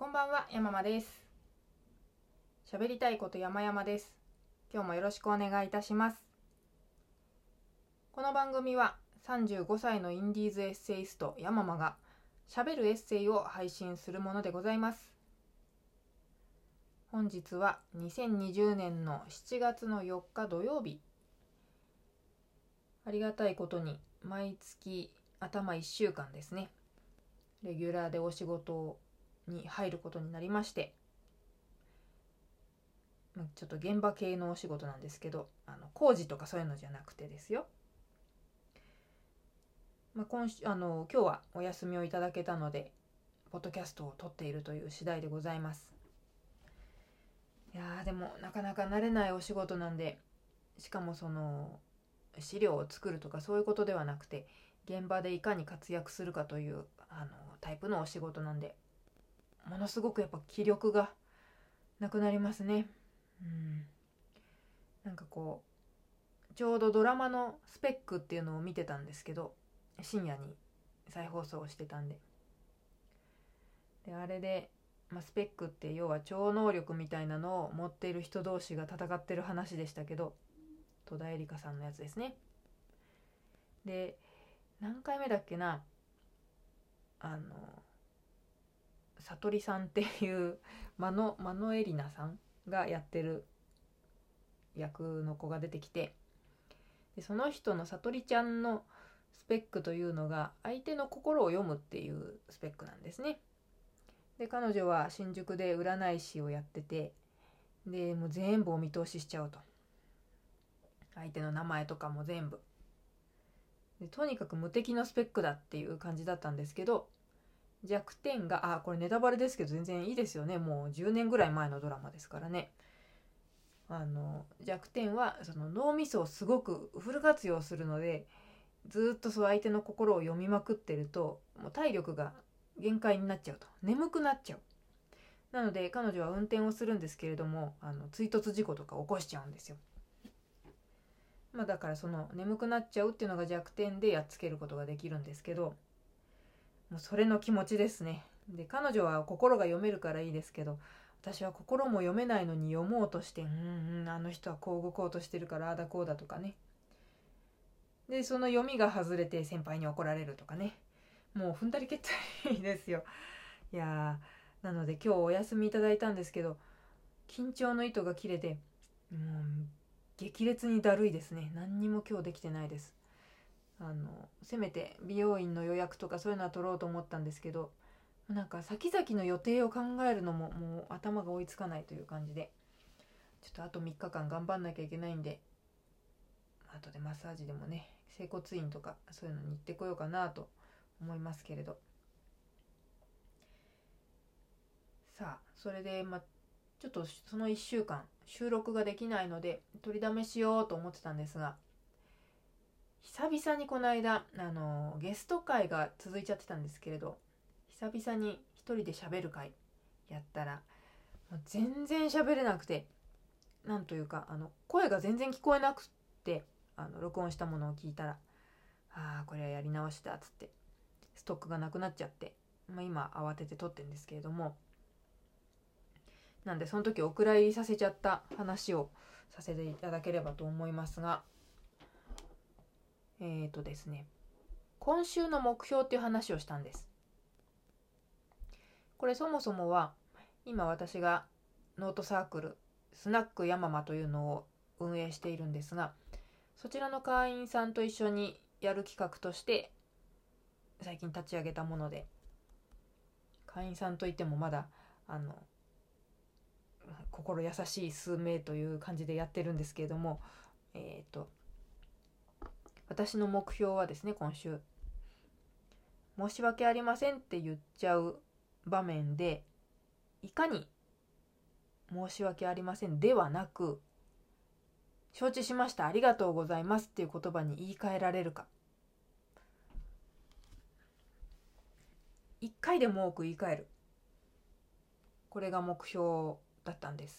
こんばんは、山間です。喋りたいこと山々です。今日もよろしくお願いいたします。この番組は35歳のインディーズエッセイスト山間が喋るエッセイを配信するものでございます。本日は2020年の7月の4日土曜日。ありがたいことに毎月頭1週間ですね、レギュラーでお仕事に入ることになりまして、ちょっと現場系のお仕事なんですけど、工事とかそういうのじゃなくてですよ。今日はお休みをいただけたのでポッドキャストを撮っているという次第でございます。いやでもなかなか慣れないお仕事なんで、しかもその資料を作るとかそういうことではなくて、現場でいかに活躍するかというタイプのお仕事なんで、ものすごくやっぱ気力がなくなりますね。なんかこうちょうどドラマのスペックっていうのを見てたんですけど、深夜に再放送をしてたんで、あれで、スペックって要は超能力みたいなのを持っている人同士が戦ってる話でしたけど、戸田恵梨香さんのやつですね。で、何回目だっけな、悟りさんっていうマノエリナさんがやってる役の子が出てきて、でその人の悟りちゃんのスペックというのが相手の心を読むっていうスペックなんですね。で彼女は新宿で占い師をやってて、でもう全部お見通ししちゃうと、相手の名前とかも全部で、とにかく無敵のスペックだっていう感じだったんですけど、弱点がこれネタバレですけど全然いいですよね、もう10年ぐらい前のドラマですからね。弱点はその脳みそをすごくフル活用するので、ずっとそう相手の心を読みまくってるともう体力が限界になっちゃうと、眠くなっちゃう。なので彼女は運転をするんですけれども、追突事故とか起こしちゃうんですよ。だからその眠くなっちゃうっていうのが弱点でやっつけることができるんですけど、もうそれの気持ちですね。で彼女は心が読めるからいいですけど、私は心も読めないのに読もうとして、あの人はこう動こうとしてるからああだこうだとかね。でその読みが外れて先輩に怒られるとかね、もう踏んだり蹴ったりですよ。いやなので今日お休みいただいたんですけど、緊張の糸が切れて、もう激烈にだるいですね。何にも今日できてないです。せめて美容院の予約とかそういうのは取ろうと思ったんですけど、なんか先々の予定を考えるのももう頭が追いつかないという感じで、ちょっとあと3日間頑張んなきゃいけないんで、後でマッサージでもね、整骨院とかそういうのに行ってこようかなと思いますけれど。さあそれでちょっとその1週間収録ができないので取りだめしようと思ってたんですが、久々にこの間ゲスト会が続いちゃってたんですけれど、久々に一人で喋る会やったらもう全然喋れなくて、なんというか声が全然聞こえなくて、録音したものを聞いたらこれはやり直しだっつってストックがなくなっちゃって、今慌てて撮ってるんですけれども、なんでその時お蔵入りさせちゃった話をさせていただければと思いますが、ですね、今週の目標っていう話をしたんです。これそもそもは今私がノートサークルスナックヤママというのを運営しているんですが、そちらの会員さんと一緒にやる企画として最近立ち上げたもので、会員さんといってもまだ心優しい数名という感じでやってるんですけれども、私の目標はですね、今週申し訳ありませんって言っちゃう場面で、いかに申し訳ありませんではなく、承知しました、ありがとうございますっていう言葉に言い換えられるか、一回でも多く言い換える、これが目標だったんです。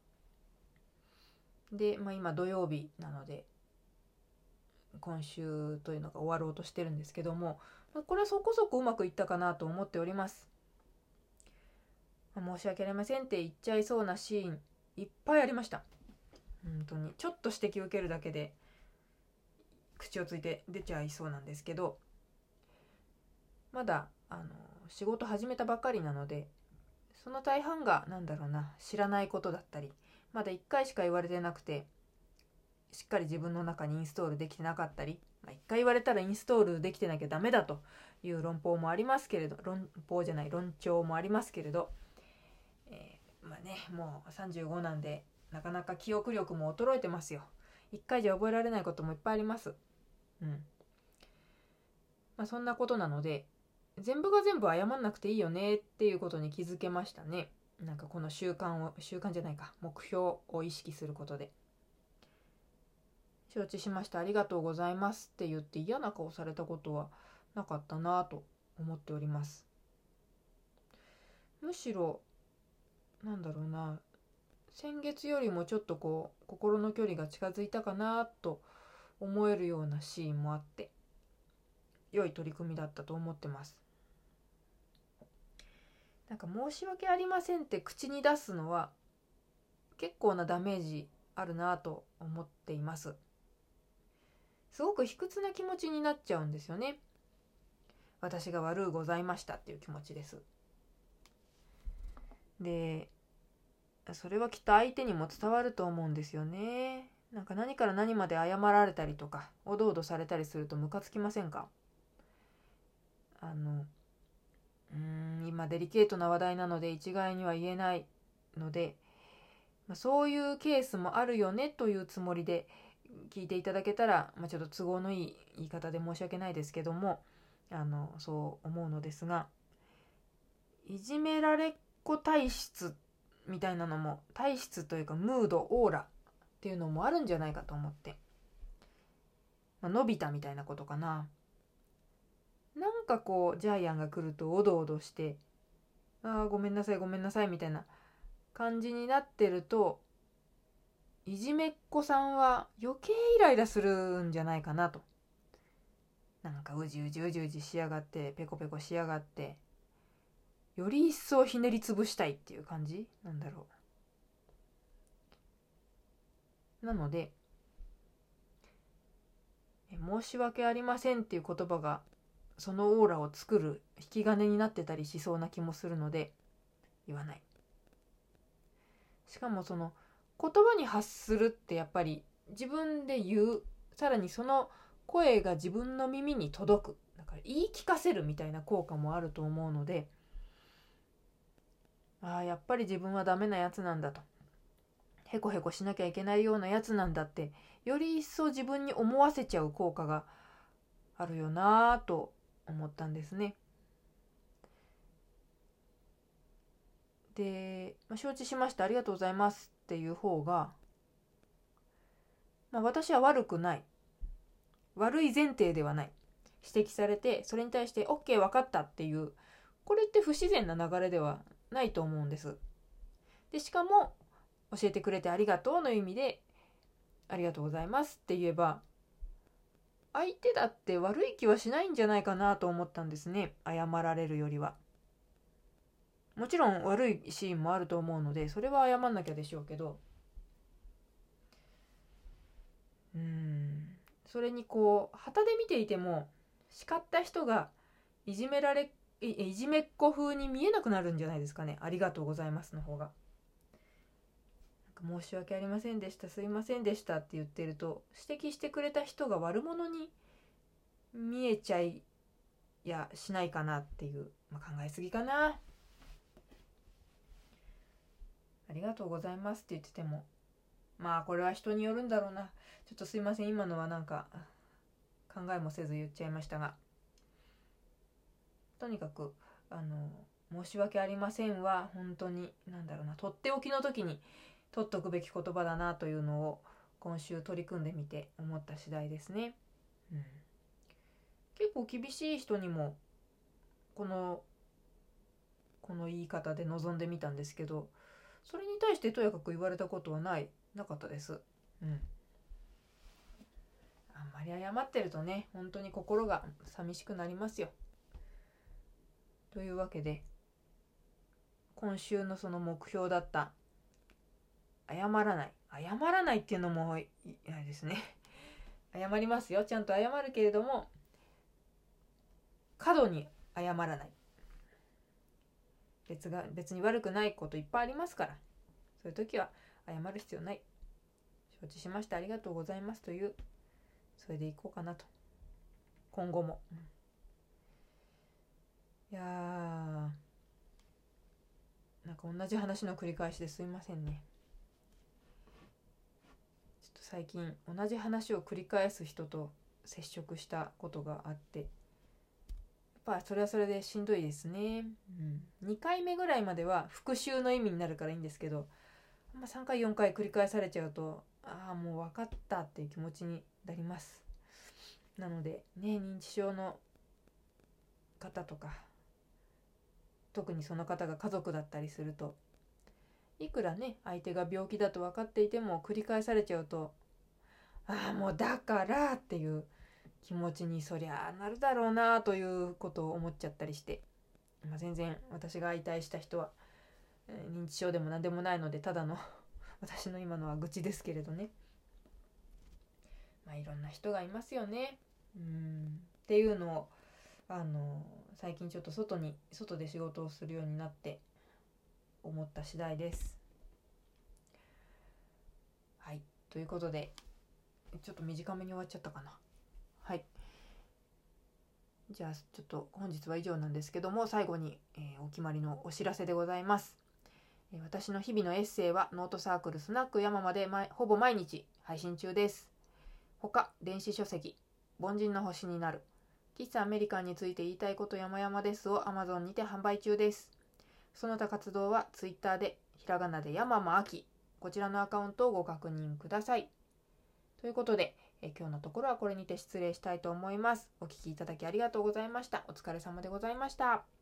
で、今土曜日なので今週というのが終わろうとしてるんですけども、これはそこそこうまくいったかなと思っております。 申し訳ありませんって言っちゃいそうなシーンいっぱいありました。本当にちょっと指摘を受けるだけで口をついて出ちゃいそうなんですけど、まだ仕事始めたばかりなので、その大半が知らないことだったり、まだ1回しか言われてなくてしっかり自分の中にインストールできてなかったり、1回言われたらインストールできてなきゃダメだという論調もありますけれど、もう35なんでなかなか記憶力も衰えてますよ。1回じゃ覚えられないこともいっぱいあります。そんなことなので、全部が全部謝んなくていいよねっていうことに気づけましたね。この目標を意識することで。承知しました、ありがとうございますって言って嫌な顔されたことはなかったなと思っております。むしろ先月よりもちょっと心の距離が近づいたかなと思えるようなシーンもあって、良い取り組みだったと思ってます。申し訳ありませんって口に出すのは結構なダメージあるなと思っています。すごく卑屈な気持ちになっちゃうんですよね。私が悪うございましたっていう気持ちです。で、それはきっと相手にも伝わると思うんですよね。何から何まで謝られたりとかおどおどされたりするとムカつきませんか？今デリケートな話題なので一概には言えないので、そういうケースもあるよねというつもりで聞いていただけたら、ちょっと都合のいい言い方で申し訳ないですけども、そう思うのですが、いじめられっ子体質みたいなのも、体質というかムード、オーラっていうのもあるんじゃないかと思って、のび太みたいなことかな。ジャイアンが来るとおどおどして、ごめんなさいごめんなさいみたいな感じになってると、いじめっ子さんは余計イライラするんじゃないかなと。うじうじうじうじしやがって、ペコペコしやがって、より一層ひねりつぶしたいっていう感じなので、申し訳ありませんっていう言葉がそのオーラを作る引き金になってたりしそうな気もするので言わない。しかもその言葉に発するってやっぱり自分で言う、さらにその声が自分の耳に届く、だから言い聞かせるみたいな効果もあると思うので、やっぱり自分はダメなやつなんだと、へこへこしなきゃいけないようなやつなんだってより一層自分に思わせちゃう効果があるよなぁと思ったんですね。で、承知しました、ありがとうございますっていう方が、私は悪くない、悪い前提ではない、指摘されてそれに対して OK 分かったっていう、これって不自然な流れではないと思うんです。でしかも教えてくれてありがとうの意味でありがとうございますって言えば、相手だって悪い気はしないんじゃないかなと思ったんですね。謝られるよりは。もちろん悪いシーンもあると思うので、それは謝んなきゃでしょうけど、それに旗で見ていても叱った人がいじめっ子風に見えなくなるんじゃないですかね。ありがとうございますの方が。申し訳ありませんでした、すいませんでしたって言ってると、指摘してくれた人が悪者に見えちゃいやしないかなっていう、考えすぎかな。ありがとうございますって言ってても、これは人によるんだろうな。ちょっとすいません、今のは考えもせず言っちゃいましたが、とにかく申し訳ありませんは本当にとっておきの時に取っとくべき言葉だなというのを今週取り組んでみて思った次第ですね。結構厳しい人にもこの言い方で臨んでみたんですけど、それに対してとやかく言われたことはなかったです。あんまり謝ってるとね、本当に心が寂しくなりますよ。というわけで、 今週のその目標だった謝らないっていうのもあれですね。謝りますよ、ちゃんと謝るけれども過度に謝らない。別に悪くないこといっぱいありますから、そういう時は謝る必要ない。承知しました、ありがとうございますという、それでいこうかなと、今後も。いやー、なんか同じ話の繰り返しですいませんね。ちょっと最近同じ話を繰り返す人と接触したことがあって、やっぱそれはそれでしんどいですね。2回目ぐらいまでは復習の意味になるからいいんですけど、3回4回繰り返されちゃうと、もう分かったっていう気持ちになります。なのでね、認知症の方とか、特にその方が家族だったりすると、いくらね相手が病気だと分かっていても繰り返されちゃうと、もうだからっていう気持ちにそりゃなるだろうなということを思っちゃったりして、全然私が相対した人は認知症でも何でもないので、ただの私の今のは愚痴ですけれどね。いろんな人がいますよね。っていうのを最近ちょっと外で仕事をするようになって思った次第です。はい、ということでちょっと短めに終わっちゃったかな。はい、じゃあちょっと本日は以上なんですけども、最後に、お決まりのお知らせでございます。私の日々のエッセイはノートサークルスナック山までほぼ毎日配信中です。他電子書籍凡人の星になる、喫茶アメリカンについて言いたいこと山々ですを Amazon にて販売中です。その他活動は Twitter でひらがなで山間あき、こちらのアカウントをご確認ください。ということで今日のところはこれにて失礼したいと思います。お聞きいただきありがとうございました。お疲れ様でございました。